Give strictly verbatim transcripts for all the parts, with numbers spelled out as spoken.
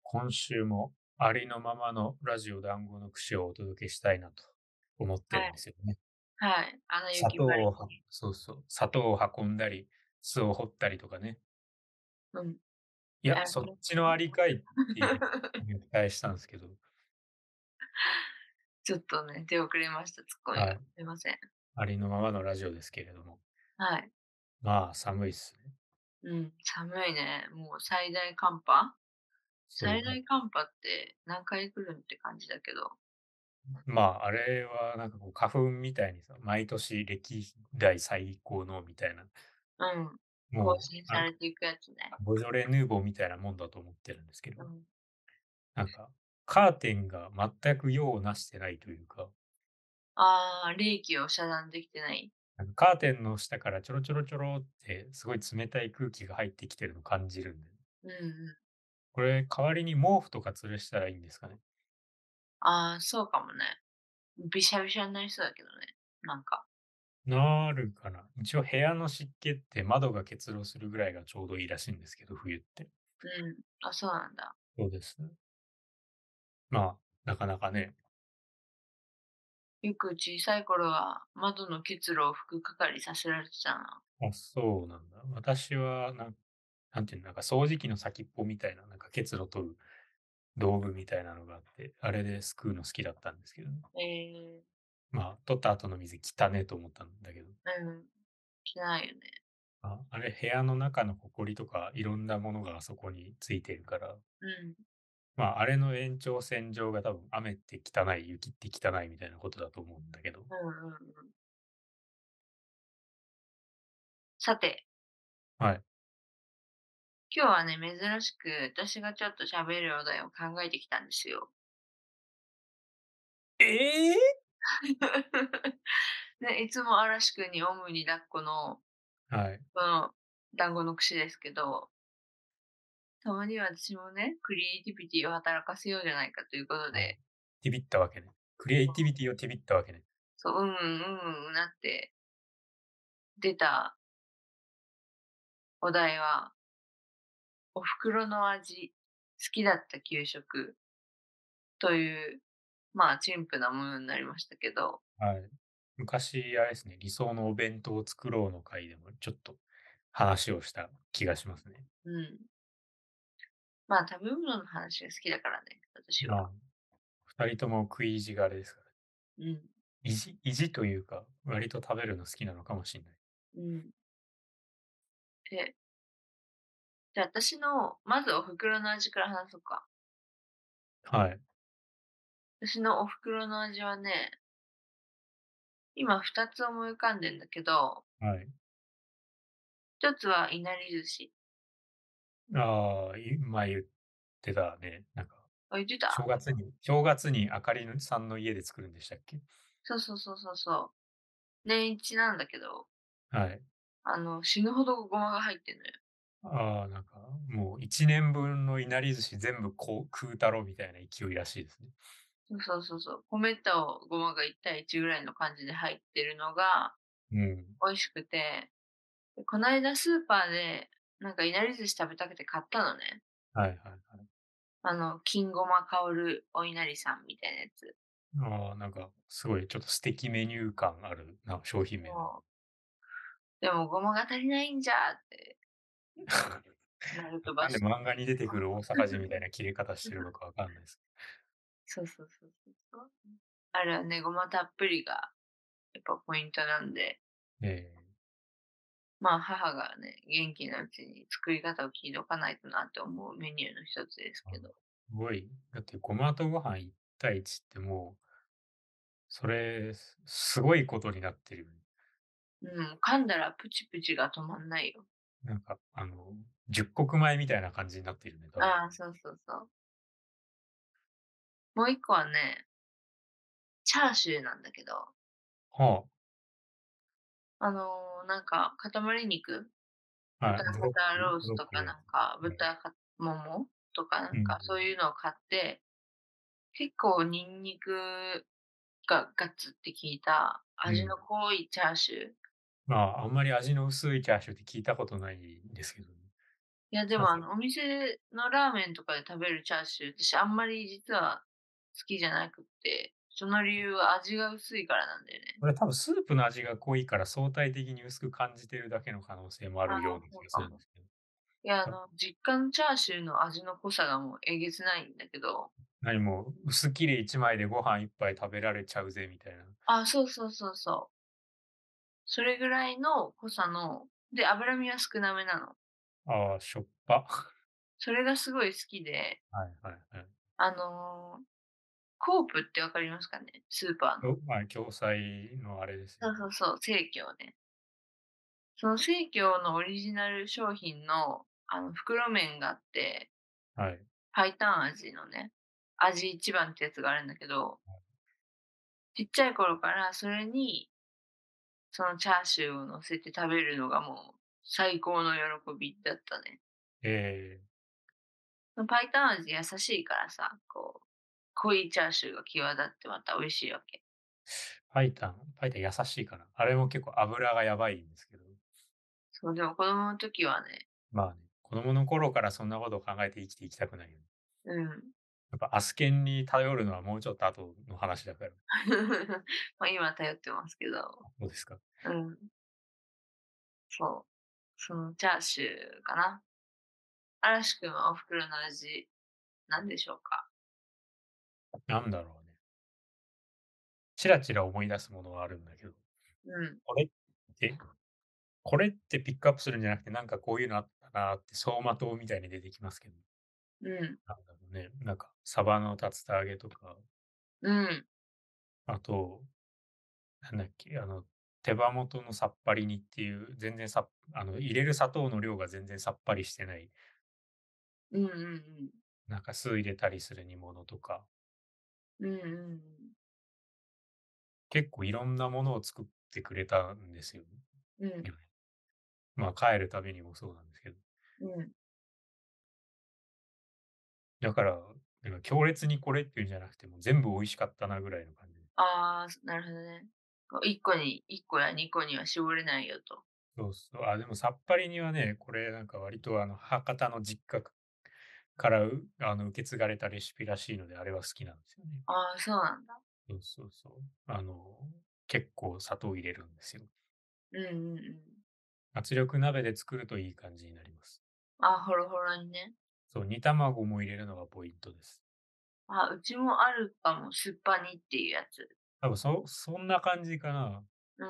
今週もありのままのラジオ団子の串をお届けしたいなと思ってるんはい、 ですよね。 はい。アナ砂雪バレ糖をはそうそう、砂糖を運んだり、巣を掘ったりとかね。 ー。うん。 いや、 ありそっちのますね。 ありかいっていうふうに期待したんですけど、 ちょっとね、出遅れました、ツッコミが。 はい。 すいません。 ありのままのラジオですけれども、 はい。 まあ寒いっすね。 うん、寒いね。もう最大寒波最そう、 大寒波って何回来るんって感じだけど。 まあ、あれはなんかこう花粉みたいにさ、毎年歴代最高のみたいな、 うん。更もう、あ新されていくやつね。 ボジョレ・ヌーボーみたいなもんだと思ってるんですけど、 うん。 なんか、カーテンが全く用をなしてないというか、 ああ、冷気を遮断できてない。 なんかカーテンの下からちょろちょろちょろってすごい冷たい空気が入ってきてるのを感じるんで、 うんうん。 これ代わりに毛布とか吊るしたらいいんですかね。 ああ、そうかもね。びしゃびしゃになりそうだけどね、なんか。 なるかな。一応部屋の湿気って窓が結露するぐらいがちょうどいいらしいんですけど、冬って。 うん。あ、そうなんだ。 そうです。まあ、なかなかね。 よく小さい頃は窓の結露を拭く係させられてたな。 あ、そうなんだ。私はなんなんていうの、なんか掃除機の先っぽみたいな、なんか結露取る道具みたいなのがあって、あれですくうの好きだったんですけどね。 ええ、 まあ、取った後の水汚ねえと思ったんだけど、 うん。着ないよね。 あ、あれ部屋の中の埃とかいろんなものがあそこについてるから、 うん。 まあ、あれの延長線上が多分雨って汚い、雪って汚いみたいなことだと思うんだけど、 うんうんうん。さて、 はい。 今日はね、珍しく私がちょっと喋るお題を考えてきたんですよ。 ええね、いつも嵐くんにおんぶに抱っこの、 はい。 この団子の串ですけど、たまには私もね、クリエイティビティを働かせようじゃないかということあ、 で、 ティビったわけね。クリエイティビティをティビったわけね。 そう、うんうんうんうんなって出たお題は、お袋の味、好きだった給食という、まあ、陳腐なものになりましたけど、 はい。昔、あれですね、理想のお弁当を作ろうの回でもちょっと話をした気がしますね。 うん。まあ、食べ物の話が好きだからね、私は。 まあ、二人とも食い意地があれですからね。 うん。 意地意地というか、割と食べるの好きなのかもしれない。 うん。で、じゃあ私の、まずお袋の味から話そうか。 はい。 私のお袋の味はね、今ふたつ思い浮かんでんだけど、 はい。 ひとつはいなり寿司。 ああ、い前言ってたね。なんか、 あ、言ってた？ 正月に正月にあかりのさんの家で作るんでしたっけ？ そうそうそうそうそう。年一なんだけど、 はい。 あの、死ぬほどごまが入ってんのよ。 ああ、なんか、もういちねんぶんのいなり寿司全部こう食うたろうみたいな勢いらしいですね。 そうそうそうそう。米とごまがいち対いちぐらいの感じで入ってるのがうん。 美味しくて、で、こないだスーパーで、なんかいなり寿司食べたくて買ったのね。 はいはいはい。 あの、金ごま香るお稲荷さんみたいなやつ。 ああ、なんか、すごいちょっと素敵メニュー感あるな、商品名だね。 もう、でもごまが足りないんじゃってナルトなんでバして。 漫画に出てくる大阪人みたいな切れ方してるのかわかんないです。 そうそうそうそうそう。あれはね、ごまたっぷりがやっぱポイントなんで、 ええ、 まあ、母がね、元気なうちに作り方を聞いておかないとなって思うメニューの一つですあ、 けど。 すごい。だってごまとご飯いち対いちってもう、それ、すすごいことになってるよね。 うん、噛んだらプチプチが止まんないよ。 なんか、あの、十穀米みたいな感じになってるね、多分。 ああ、そうそうそう。もう一個はね、チャーシューなんだけど、 はあの、なんか塊肉、 あ、はい、 豚ブロッ肩クブロッロースとかクのやつ。 なんか、 はい。 豚かももとかなんか、 うん。 そういうのを買って、結構ニンニクがガツって効いた味のうん。 濃いチャーシュー。 まあ、あんまり味の薄いチャーシューって聞いたことないんですけどね。 いや、でなぜもあの、お店のラーメンとかで食べるチャーシュー、私あんまり実は好きじゃなくって、その理由は味が薄いからなんだよね。 これ多分スープの味が濃いから相対的に薄く感じてるだけの可能性もあああ、 るような気がすそうかも。 るんですけど。 いや、ああ、 の、実家のチャーシューの味の濃さがもうえげつないんだけど、 何も薄切れいちまいでご飯いっぱい食べられちゃうぜみたいな。 あ、そうそうそうそう。それぐらいの濃さの、で、脂身は少なめなの。 ああ、しょっぱ。 それがすごい好きで、 はいはいはい。 あの、コープってわかりますかね？スーパーの。 おまあ、共済のあれですよね。 そうそうそう、生協ね。その生協のオリジナル商品の、あの、袋麺があって、 はい。 白湯味のね、味一番ってやつがあるんだけど、ちっちゃい頃からそれに、そのチャーシューを乗せて食べるのがもう最高の喜びだったね。 ええ、 その白湯味優しいからさ、こう、濃いチャーシューが際立ってまた美味しいわけ。 パイタンパイタン優しいかな。あれも結構油がやばいんですけど、 そう、でも子供の時はね、 まあね、子供の頃からそんなことを考えて生きていきたくないよね。 うん。 やっぱアスケンに頼るのはもうちょっと後の話だから。 ま、今頼ってますけど、 そうですか。 うん、そう。そのチャーシューかな。嵐くんはお袋の味、なんでしょうか？ なんだろうね。チラチラ思い出すものはあるんだけど、 うん、 これってこれってピックアップするんじゃなくて、なんかこういうのあったなって走馬灯みたいに出てきますけど、 うん、 なんだろうね、なんかサバの竜田揚げとか、 うん、 あと、なんだっけ、あの、手羽元のさっぱり煮っていう、全然さあの、入れる砂糖の量が全然さっぱりしてない、 うんうんうん。 なんか酢入れたりする煮物とか、 うんうんうん。 結構いろんなものを作ってくれたんですよ。 うん、 よね。まあ、帰るたびにもそうなんですけど。 うん。 だから、なんか強烈にこれっていうんじゃなくても、全部美味しかったなぐらいの感じ。 ああ、なるほどね。こういっこにいっこやにこには絞れないよと。 そうそう。あ、でもさっぱり煮はね、これなんか割とあの、博多の実家から、うあの、受け継がれたレシピらしいので、あれは好きなんですよね。 ああ、そうなんだ。 そうそうそう。あの、結構砂糖入れるんですよ。 うんうんうん。 圧力鍋で作るといい感じになります。 あ、ほろほろにね。 そう、煮卵も入れるのがポイントです。 あ、うちもあるかも、すっぱ煮っていうやつ。 多分そそんな感じかな。 うん。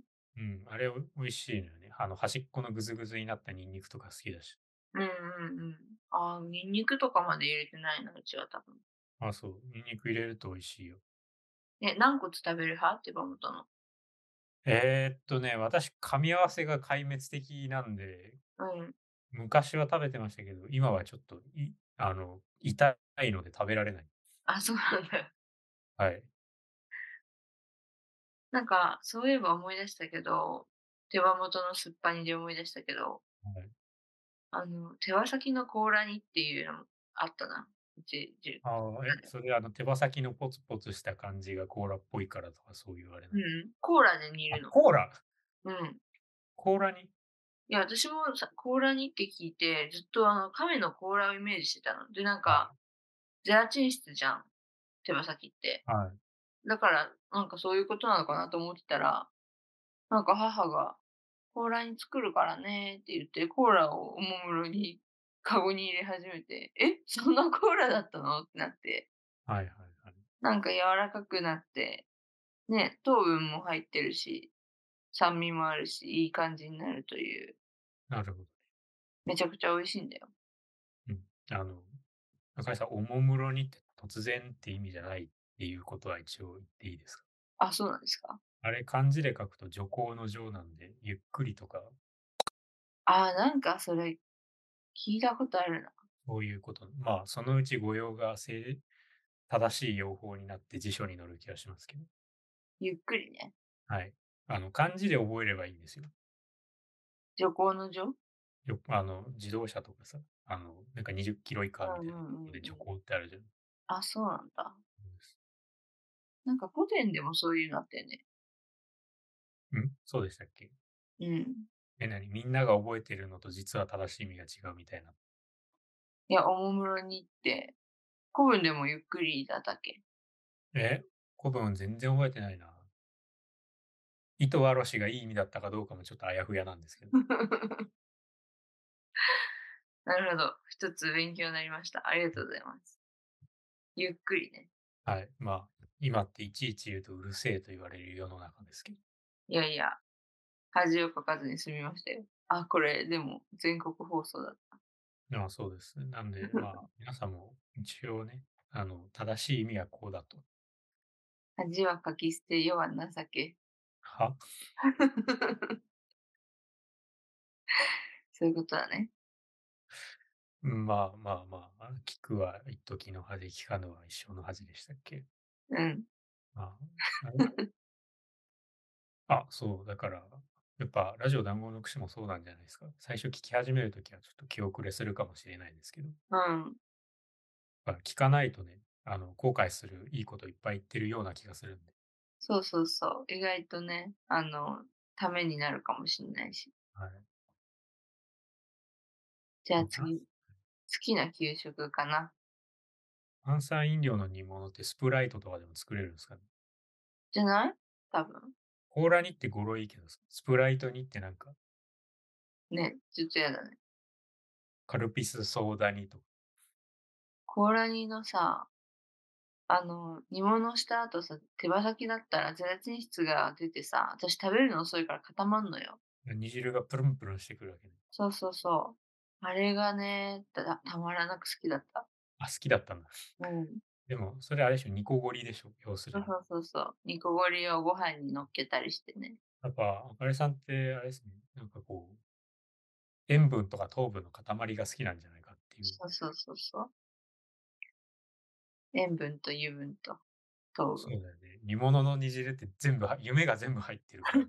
うん、あれお美味しいのよね。あの端っこのぐずぐずになったニンニクとか好きだし。 うんうんうん。ああ、ニンニクとかまで入れてないな、うちは多分。 あ、そう、ニンニク入れると美味しいよ。 え、何個食べる派？手羽元の。 えーっとね、私噛み合わせが壊滅的なんで、 うん。 昔は食べてましたけど、今はちょっと、いあの、痛いので食べられない。 あ、そうなんだ。 はい。 なんか、そういえば思い出したけど、手羽元のすっぱ煮で思い出したけど、 はい。 あの、手羽先の甲羅煮っていうのもあったな。うち、じああ、え、それあの手羽先のポツポツした感じがコーラっぽいからとかそういうあれなの？ うん、コーラで煮あ、 るの。 コーラうん。 コーラにいや、私もさ、甲羅煮って聞いて、ずっとあの、亀の甲羅をイメージしてたの。で、なんか、 はい、 ゼラチン質じゃん、手羽先って。 はい、 だから、なんかそういうことなのかなと思ってたら、なんか母が「コーラに作るからね」って言って、コーラをおもむろにカゴに入れ始めて、「え、そんなコーラだったの？」ってなって、 はいはいはい。 なんか柔らかくなって、ね、糖分も入ってるし、酸味もあるし、いい感じになるという、 なるほど。 めちゃくちゃ美味しいんだよ。 うん。あの、中井さん、おもむろにって突然って意味じゃないっていうことは一応言っていいですか？ あ、そうなんですか？ あれ漢字で書くと徐行の徐なんで、ゆっくりとか、 ああ、なんかそれ聞いたことあるな。 そういうこと、まあ、そのうち語用が正正しい用法になって辞書に載る気がしますけど。 ゆっくりね。 はい。あの、漢字で覚えればいいんですよ。 徐行の徐？ よあの、自動車とかさ、あの、なんかにじゅっキロ以下みたいなうんうんうんことで徐うん。 行ってあるじゃん。 あ、そうなんだ。 そうです。 なんか古典でもそういうのあったよね。 ん？そうでしたっけ？ うん。 え、なに、みんなが覚えてるのと実は正しい意味が違うみたいないや、おもむろに行って、古文でもゆっくりだったっけ？ え、古文全然覚えてないな。糸わろしがいい意味だったかどうかもちょっとあやふやなんですけど。 なるほど、一つ勉強になりました。ありがとうございます。ゆっくりね。 はい。まあ、今っていちいち言うとうるせえと言われる世の中ですけど。 いやいや、恥をかかずに済みましたよ。あ、これでも全国放送だった。 まあ、そうですね。なんで、まあ、皆さんも一応ね、あの、正しい意味はこうだと。 恥はかき捨て、世は情け。 はそういうことだね。 まあまあまあ、聞くは一時の恥、聞かぬは一生の恥でしたっけ。 うん。 まあ、あれあ、そう、だから、やっぱラジオ談合の串もそうなんじゃないですか。最初聞き始めるときはちょっと気遅れするかもしれないですけど、 うん。 まあ、聞かないとね、あの、後悔するいいこといっぱい言ってるような気がするんで。 そうそうそう。意外とね、あの、ためになるかもしんないし。 はい。 じゃあまあ、 次、好きな給食かな。 炭酸飲料の煮物ってスプライトとかでも作れるんですかね。 じゃない？多分。 コーラ煮って語呂いいけど、スプライト煮ってなんか、 ね、ちょっとやだね。 カルピスソーダ煮とか。 コーラ煮のさ、あの、煮物した後さ、手羽先だったらゼラチン質が出てさ、私食べるの遅いから固まんのよ。 煮汁がプルンプルンしてくるわけね。 そうそうそう。あれがね、たたまらなく好きだった。 あ、好きだったんだ。 うん。 でも、それあれでしょ、煮こごりでしょ、要するに。 そうそうそうそう。煮こごりをご飯に乗っけたりしてね。 やっぱ、あかりさんってあれですね、なんかこう、塩分とか糖分の塊が好きなんじゃないかっていう。 そうそうそうそう。塩分と油分と糖分。 そうだよね。煮物の煮汁って全部は夢が全部入ってるからね。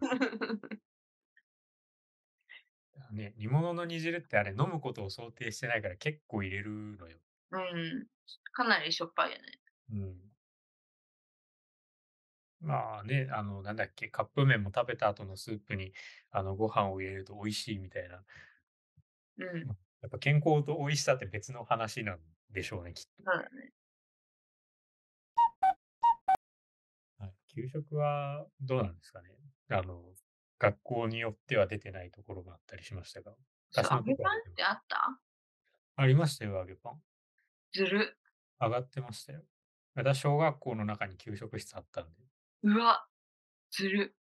ね、煮物の煮汁ってあれ飲むことを想定してないから結構入れるのよ。 うん。かなりしょっぱいよね。 うん。まあね、あの、なんだっけ、カップ麺も食べた後のスープに、あの、ご飯を入れると美味しいみたいな。 うん。 ま、やっぱ健康と美味しさって別の話なんでしょうね、きっと。 そうだね。 はい。給食はどうなんですかね。あの、学校によっては出てないところがあったりしましたが、 そう、 私のと揚げパンこは出てました。 ってあった？ ありましたよ、揚げパン。 ずる。 上がってましたよ。私、小学校の中に給食室あったんで、 うわ、ずる。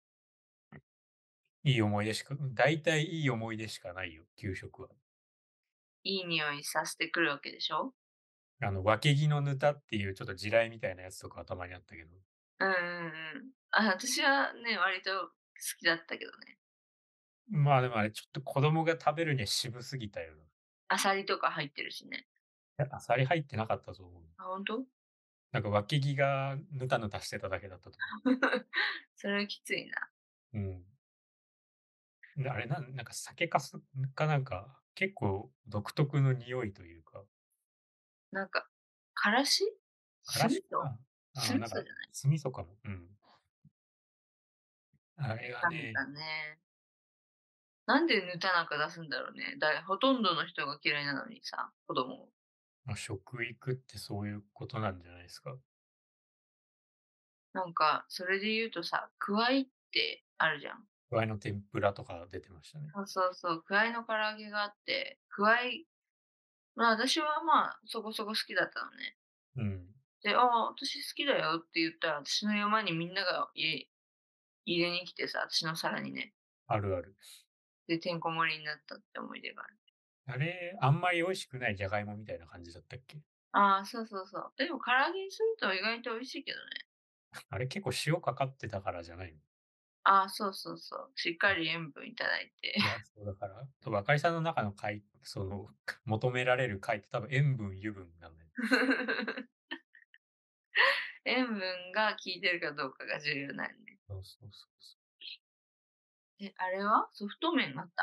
いい思い出しか大体いい思い出しかないよ、給食は。 いい匂いさせてくるわけでしょ？ あの、わけぎのぬたっていうちょっと地雷みたいなやつとか頭にあったけど、 うんうんうん。あ、私はね、割と好きだったけどね。 まあ、でもあれちょっと子供が食べるには渋すぎたよな。 アサリとか入ってるしね。 え、あさり入ってなかったと思う。 あ、ほんと？ なんかわけぎがぬたぬたしてただけだったと思それはきついな。 う。うん。で、あれなんなんか酒粕かなんか、結構独特の匂いというか、 なんか、からし？ から酢味噌？ しかああ、 酢味噌なんかじゃない？ 酢味噌かも。うん。あれがね、 ダメだね。なんでぬたなんか出すんだろうね。だほとんどの人が嫌いなのにさ、子供。 まあ、食育ってそういうことなんじゃないですか。 なんか、それで言うとさ、くわいってあるじゃん。 くわいの天ぷらとか出てましたね。 そうそうそう、くわいの唐揚げがあって、くわいまあ、私はまあ、そこそこ好きだったのね。 うん。 で、「ああ、私好きだよ」って言ったら、私の山にみんながい入れに来てさ、私の皿にね。 あるある。 で、てんこ盛りになったって思い出がある。 あれ、あんまり美味しくないじゃがいもみたいな感じだったっけ？ ああ、そうそうそう。でも唐揚げにすると意外と美味しいけどね。 あれ結構塩かかってたからじゃないの？ ああ、そうそうそう。しっかり塩分いただいて。 いや、そうだから、多分赤井さんの中の貝その、求められる貝って多分塩分、油分なんだよ。 塩分が効いてるかどうかが重要なんで。 そうそうそうそう。 え、あれは？ソフト麺あった？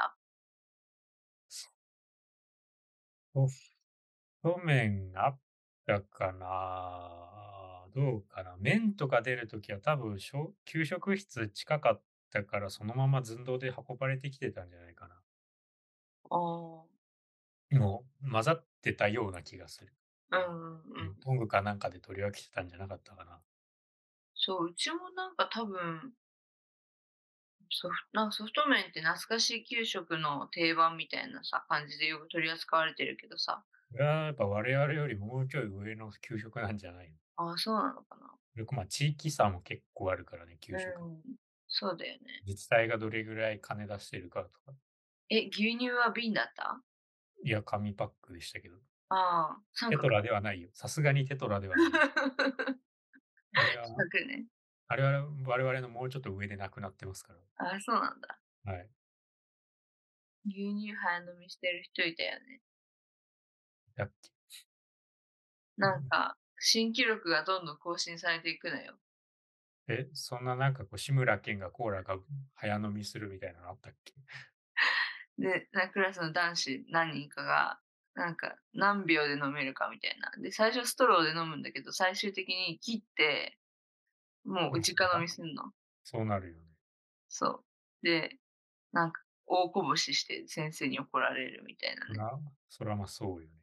ソフト麺あったかな？どうかな？麺とか出るときは多分、しょ給食室近かったから、そのまま寸胴で運ばれてきてたんじゃないかな。 ああ。 もう混ざってたような気がする。 うんうんううん、 ん。 トングかなんかで取り分けてたんじゃなかったかな。 そう、うちもなんか多分、ソフなんかソフト麺って懐かしい給食の定番みたいなさ、感じでよく取り扱われてるけどさ。 これはやっぱ我々よりもうちょい上の給食なんじゃないの。 ああ、そうなのかな。 よくまあ地域差も結構あるからね、給食。 うん、そうだよね。 自治体がどれぐらい金出してるかとか。 え、牛乳は瓶だった？ いや、紙パックでしたけど。 ああ、三角。 テトラではないよ。さすがにテトラではないです。あれは、 四角ね。 あれは我々のもうちょっと上でなくなってますかああ、そうなんだ。 ら。はい。 牛乳早飲みしてる人いたよね。 だっけ。うん。 なんか、新記録がどんどん更新されていくのよ。 え、そんななんかこう志村けんがコーラが早飲みするみたいなのあったっけ？ で、なクラスの男子何人かが、なんか何秒で飲めるかみたいな。で、最初ストローで飲むんだけど、最終的に切って、もうま直飲あ、 みすんの。 そうなるよね。 そう。で、なんか大こぼしして先生に怒られるみたいなね。 そらそら、ま、そうよね。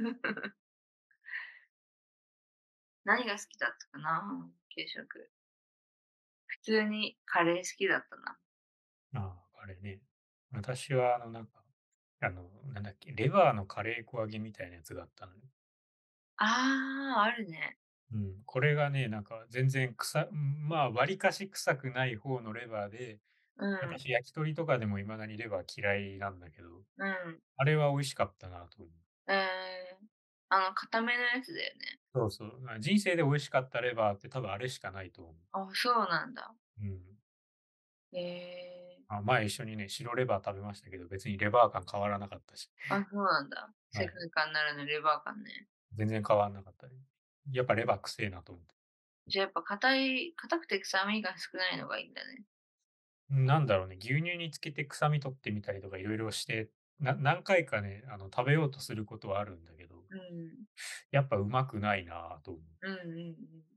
何が好きだったかな、給食。普通にカレー好きだったな。 ああ、あれね。私はあのなんか、あの、なんだっけ、レバーのカレー粉揚げみたいなやつがあったのよ。 ああ、あるね。 うん、これがね、なんか全然くさまあ、わりかし臭くない方のレバーで、 うん、 私焼き鳥とかでも未だにレバー嫌いなんだけど、 うん。 あれは美味しかったなと思う。 ええ、あの固めのやつだよね。 そうそう。あ、人生で美味しかったレバーって多分あれしかないと思う。 あ、そうなんだ。 うん。 へえ。 あ、前一緒にね、白レバー食べましたけど、別にレバー感変わらなかったし。 あ、そうなんだ。世はい。 界観ならぬレバー感ね。 全然変わんなかったね。やっぱレバーくせえなと思って。 じゃあやっぱ硬い硬くて臭みが少ないのがいいんだね。 なんだろうね、牛乳につけて臭み取ってみたりとかいろいろして、な何回かね、あの、食べようとすることはあるんだけど、 うん。 やっぱうまくないなと思う。 うんうんうん。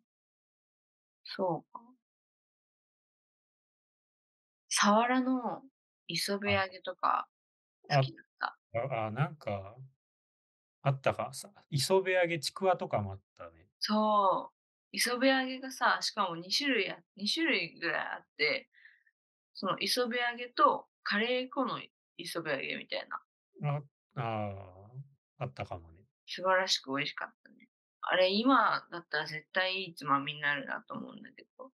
そうか。サワラの磯辺揚げとか好あ、 きだった。 ああ、なんか、あったか。さ磯辺揚げ、ちくわとかもあったね。 そう。磯辺揚げがさ、しかもに種類あに種類ぐらいあって、その磯辺揚げとカレー粉の磯辺揚げみたいな、 あ、ああ、あったかもね。 素晴らしく美味しかったね。あれ、今だったら絶対いいつまみになるなと思うんだけど。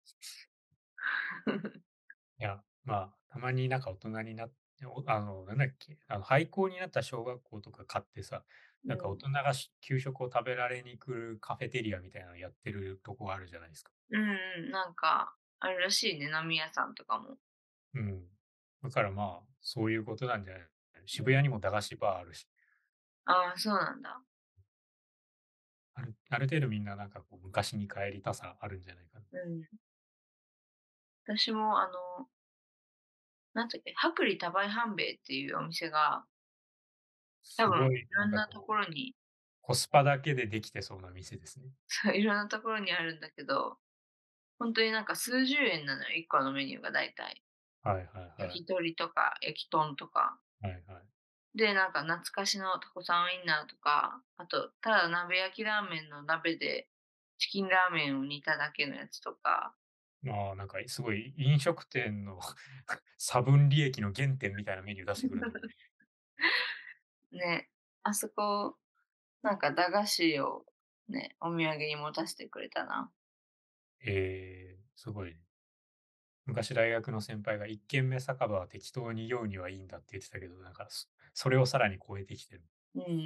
いや、まあ、たまになんか大人になって、おあの、なんだっけ、あの、廃校になった小学校とか買ってさ、なんか大うん。 人がし給食を食べられに来るカフェテリアみたいなのやってるとこあるじゃないですか。 うんうん、なんか、あるらしいね、飲み屋さんとかも。 うん。だからまあ、そういうことなんじゃない。渋谷にも駄菓子バーあるし、 ああ、そうなんだ。 あるある程度みんななんかこう昔に帰りたさあるんじゃないかな。 うん。私もあの、なんだっけ、薄利多売半兵衛っていうお店が、多分いすごいなろんなとんかこう、 ころに、 コスパだけでできてそうな店ですね。 そう、いろんなところにあるんだけど、ほんとになんか数十円なのよ、いっこのメニューがだいたい。 はいはいはい。 焼き鳥とか焼き豚とか。 はいはい。 で、なんか懐かしのタコさんウインナーとか、あと、ただ鍋焼きラーメンの鍋でチキンラーメンを煮ただけのやつとか、 まあ、なんかすごい飲食店の差分利益の原点みたいなメニュー出してくるんだね。 ね、あそこ、なんか駄菓子をね、お土産に持たせてくれたな。 ええ、すごいね。昔大学の先輩が一軒目酒場は適当に酔うにはいいんだって言ってたけど、なんかそそれをさらに超えてきてる。 うんうんうん。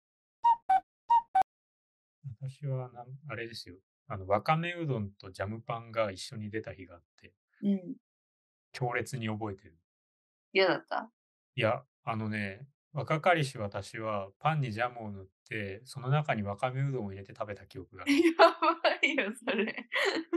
私はなんあれですよ。あの、わかめうどんとジャムパンが一緒に出た日があって、 うん。 強烈に覚えてる。 嫌だった？ いや、あのね、若かりし私はパンにジャムを塗って、その中にわかめうどんを入れて食べた記憶がある。 やばいよ、それ。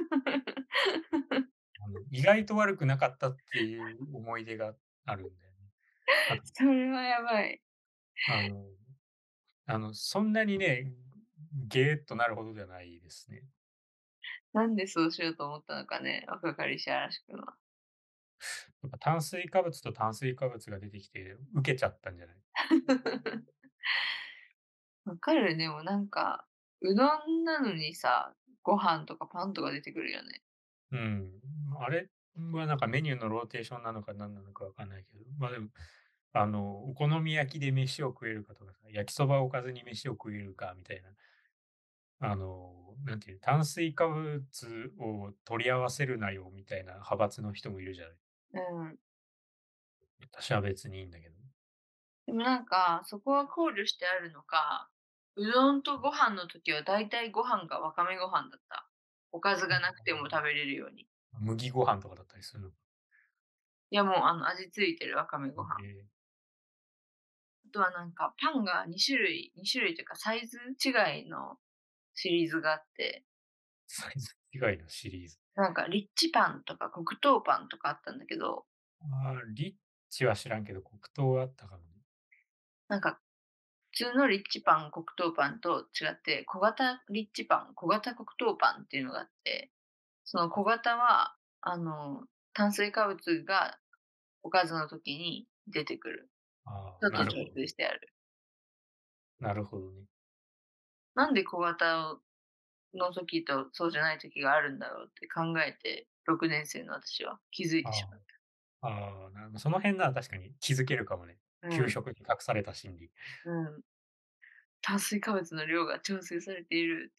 あの、意外と悪くなかったっていう思い出があるんだよね。あと、 それはやばい。 あのあの、そんなにね、ゲーっとなるほどではないですね。 なんでそうしようと思ったのかね、若かりし嵐君は。 やっぱ炭水化物と炭水化物が出てきて、受けちゃったんじゃない？ わかる、でもなんか、うどんなのにさ、ご飯とかパンとか出てくるよね。 うん。あれはなんかメニューのローテーションなのか何なのかわかんないけど、ま、でも、あの、お好み焼きで飯を食えるかとかさ、焼きそばをおかずに飯を食えるかみたいな、あの、なんていう、炭水化物を取り合わせるなよみたいな派閥の人もいるじゃない。 うん。 私は別にいいんだけど。 でもなんか、そこは考慮してあるのか、うどんとご飯の時はだいたいご飯がわかめご飯だった。おかずがなくても食べれるように。 麦ご飯とかだったりするのか。 いや、もうあの味付いてるわかめご飯。 ええ、 あとはなんかパンがに種類に種類というかサイズ違いのシリーズがあって、 サイズ違いのシリーズ。 なんかリッチパンとか黒糖パンとかあったんだけど、 ああ、リッチは知らんけど、黒糖はあったかもね。 なんか普通のリッチパン、黒糖パンと違って、小型リッチパン、小型黒糖パンっていうのがあって、その小型は、あの、炭水化物がおかずの時に出てくる。 ああ、 ちょっと調なるほど。 整してある。 なるほどね。 なんで小型をの時とそうじゃない時があるんだろうって考えて、ろくねん生の私は気づいてあしまっあ、ああ、なその辺なら確かに気づけるかもね。 た。うん、 給食に隠された心理。 うん。炭水化物の量が調整されているって。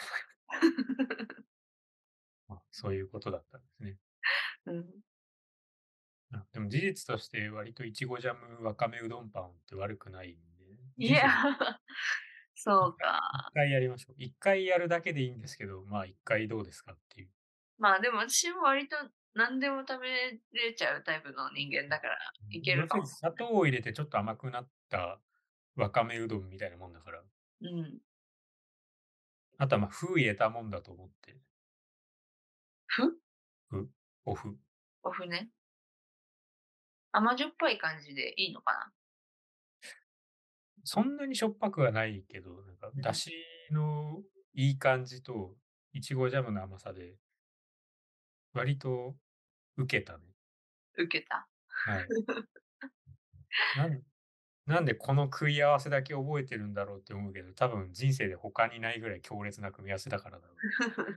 まあ、そういうことだったんですね。 うん。 あ、でも事実として割といちごジャムわかめうどんパンって悪くないんで、 いや、 人生で1 そう回1 か。 回やりましょう。いっかいやるだけでいいんですけど、まあいっかいどうですかっていう。 まあ、でも私も割と何でも食べれちゃうタイプの人間だから、いけるかも。 要するに砂糖を入れてちょっと甘くなったわかめうどんみたいなもんだから。 うん。 あとはまあ、麩入れたもんだと思って。 麩？ 麩、お麩。 お麩ね。甘じょっぱい感じでいいのかな？ そんなにしょっぱくはないけど、なんかうん、 出汁のいい感じと、いちごジャムの甘さで、割と受けたね。 受けた。 はい。なんなんでこの食い合わせだけ覚えてるんだろうって思うけど、多分人生で他にないぐらい強烈な組み合わせだからだろう。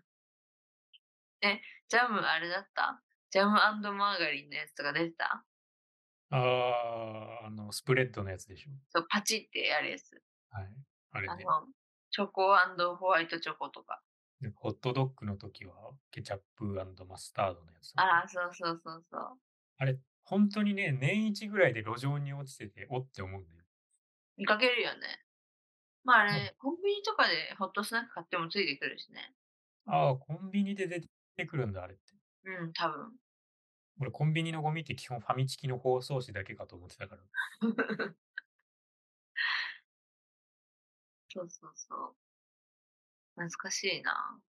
え、ジャムあれだった？ジャムマーガリンのやつとか出てた？ ああ、あの、スプレッドのやつでしょ。 そう、パチってやるやつ。 はい。あれね。 あの、チョコホワイトチョコとか。 で、ホットドッグの時は、ケチャップマスタードのやつだったね。 ああ、そうそうそうそう。 あれ、ほんとにね、年一ぐらいで路上に落ちてて、おって思うんだよ。 見かけるよね。まあ、あ多分れ、コンビニとかでホットスナック買ってもついてくるしね。 ああ、コンビニで出てくるんだ、あれって。 うん、多分。 俺コンビニのゴミって基本ファミチキの包装紙だけかと思ってたから。 そうそうそう。懐かしいな。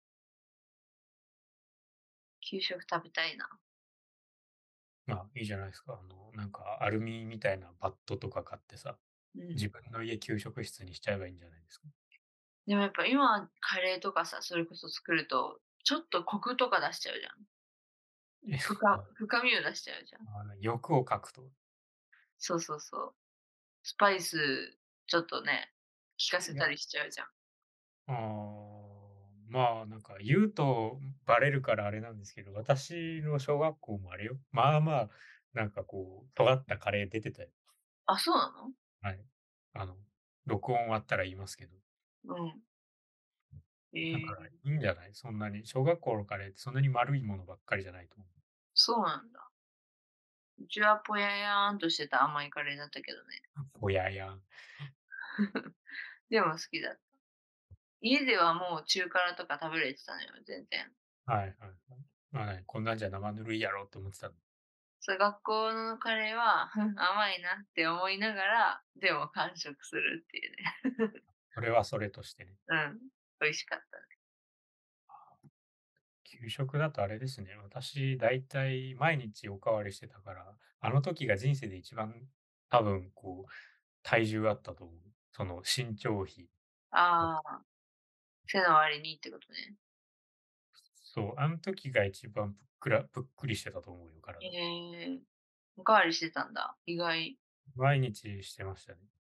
給食食べたいな。 まあ、いいじゃないですか。あの、なんかアルミみたいなバットとか買ってさ、 うん。 自分の家給食室にしちゃえばいいんじゃないですか。 でもやっぱ今、カレーとかさ、それこそ作ると、ちょっとコクとか出しちゃうじゃん。 え、 深あ深みを出しちゃうじゃん。 あの欲をかくと。 そうそうそう。スパイス、ちょっとね、効かせいや、 たりしちゃうじゃん。 ああ、まあ、なんか言うとバレるからあれなんですけど、私の小学校もあれよ。まあまあ、なんかこう、尖ったカレー出てたよ。 あ、そうなの？ はい。あの、録音終わったら言いますけど。 うん。 だからいええ、 いんじゃない？そんなに。小学校のカレーってそんなに丸いものばっかりじゃないと思そうなんだ。うちはぽややーんとしてた甘いカレーだったけどね。 う。おやや。 でも好きだった。家ではもう中辛とか食べれてたのよ、全然。 はいはいはい。まあね、こんなんじゃ生ぬるいやろって思ってたの。 そう、学校のカレーは、ふん、甘いなって思いながら、でも完食するっていうね。 それはそれとしてね。 うん、美味しかったね。 給食だとあれですね。私、だいたい毎日おかわりしてたから、あの時が人生で一番多分こう、体重あったと思う。その身長比と。 ああ、背の割にってことね。 そう、あの時が一番ぷっくらぷっくりしてたと思うよ、 え体。 え、おかわりしてたんだ、意外。 毎日してましたね。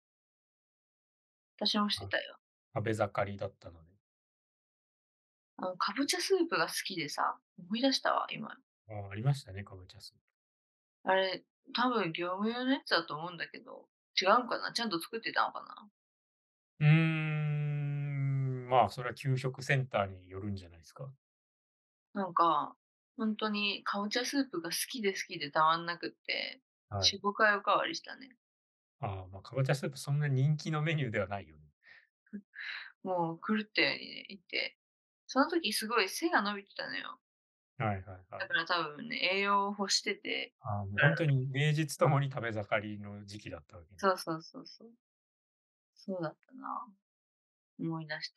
私もしあ、 てたよ。 食べ盛りだったので。 あの、かぼちゃスープが好きでさ、思い出したわ、今。 あ、ありましたね、かぼちゃスープ。 あれ、多分業務用のやつだと思うんだけど、違うんかな？ちゃんと作ってたのかな？ うーん、まあ、それは給食センターによるんじゃないですか。 なんか、ほんとにかぼちゃスープが好きで好きでたまんなくって、 はい。 よん、ごかいおかわりしたね。 ああ、まあ、かぼちゃスープそんな人気のメニューではないよね。 もう狂ったようにね、いて、その時すごい背が伸びてたのよ。 はいはいはい。 だから多分ね、栄養を欲してて、 ああ、もうほんとに名実ともに食べ盛りの時期だったわけね。 そうそうそうそう。そうだったな、思い出した。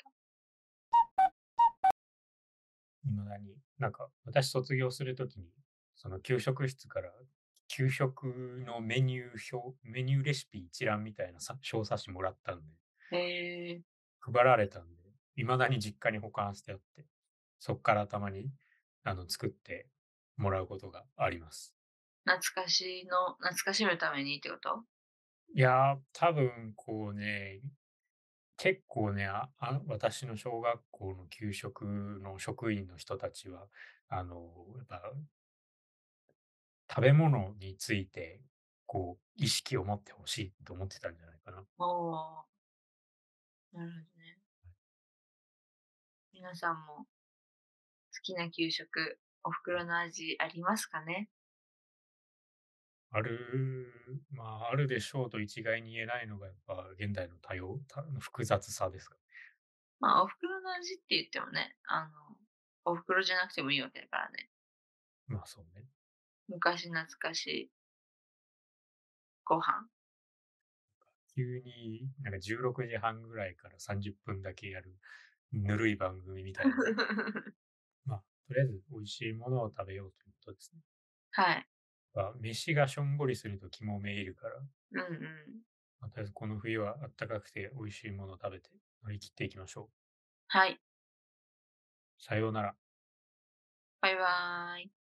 未だに。なんか、私卒業する時に、その給食室から給食のメニュー表メニューレシピ一覧みたいなさ小冊子もらったんで、 へえ、 配られたんで、未だに実家に保管してあって、そっからたまに、あの、作ってもらうことがあります。 懐かしの懐かしむためにってこと？ いや、多分こうね、結構ね、ああ、私の小学校の給食の職員の人たちは、あの、やっぱ食べ物について、こう、意識を持ってほしいと思ってたんじゃないかな。 ああ、なるほどね。皆さんも好きな給食、お袋の味ありますかね？ ある、まあ、あるでしょうと一概に言えないのがやっぱ現代の多様た複雑さですか。 まあ、お袋の味って言ってもね、あの、お袋じゃなくてもいいわけだからね。 まあ、そうね。 昔懐かしいご飯。 急になんかじゅうろくじはんぐらいからさんじゅっぷんだけやるぬるい番組みたいな。まあ、とりあえず美味しいものを食べようということですね。 はい。 まあ、飯がしょんぼりすると肝めいるから、 うんうん。 まあ、とりあえずこの冬はあったかくて美味しいものを食べて乗り切っていきましょう。 はい。 さようなら。 バイバーイ。